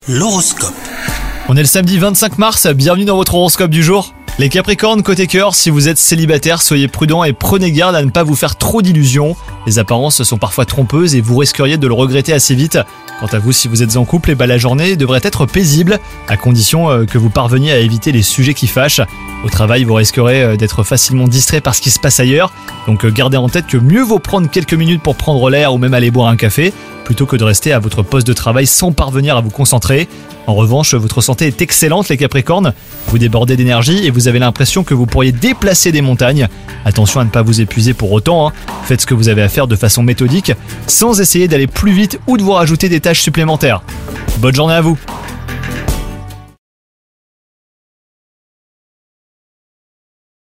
L'horoscope. On est le samedi 25 mars, bienvenue dans votre horoscope du jour. Les Capricornes, côté cœur, si vous êtes célibataire, soyez prudents et prenez garde à ne pas vous faire trop d'illusions. Les apparences sont parfois trompeuses et vous risqueriez de le regretter assez vite. Quant à vous, si vous êtes en couple, la journée devrait être paisible, à condition que vous parveniez à éviter les sujets qui fâchent. Au travail, vous risquerez d'être facilement distrait par ce qui se passe ailleurs, donc gardez en tête que mieux vaut prendre quelques minutes pour prendre l'air ou même aller boire un café, plutôt que de rester à votre poste de travail sans parvenir à vous concentrer. En revanche, votre santé est excellente les Capricornes, vous débordez d'énergie et vous avez l'impression que vous pourriez déplacer des montagnes. Attention à ne pas vous épuiser pour autant, faites ce que vous avez à faire de façon méthodique, sans essayer d'aller plus vite ou de vous rajouter des tâches supplémentaires. Bonne journée à vous!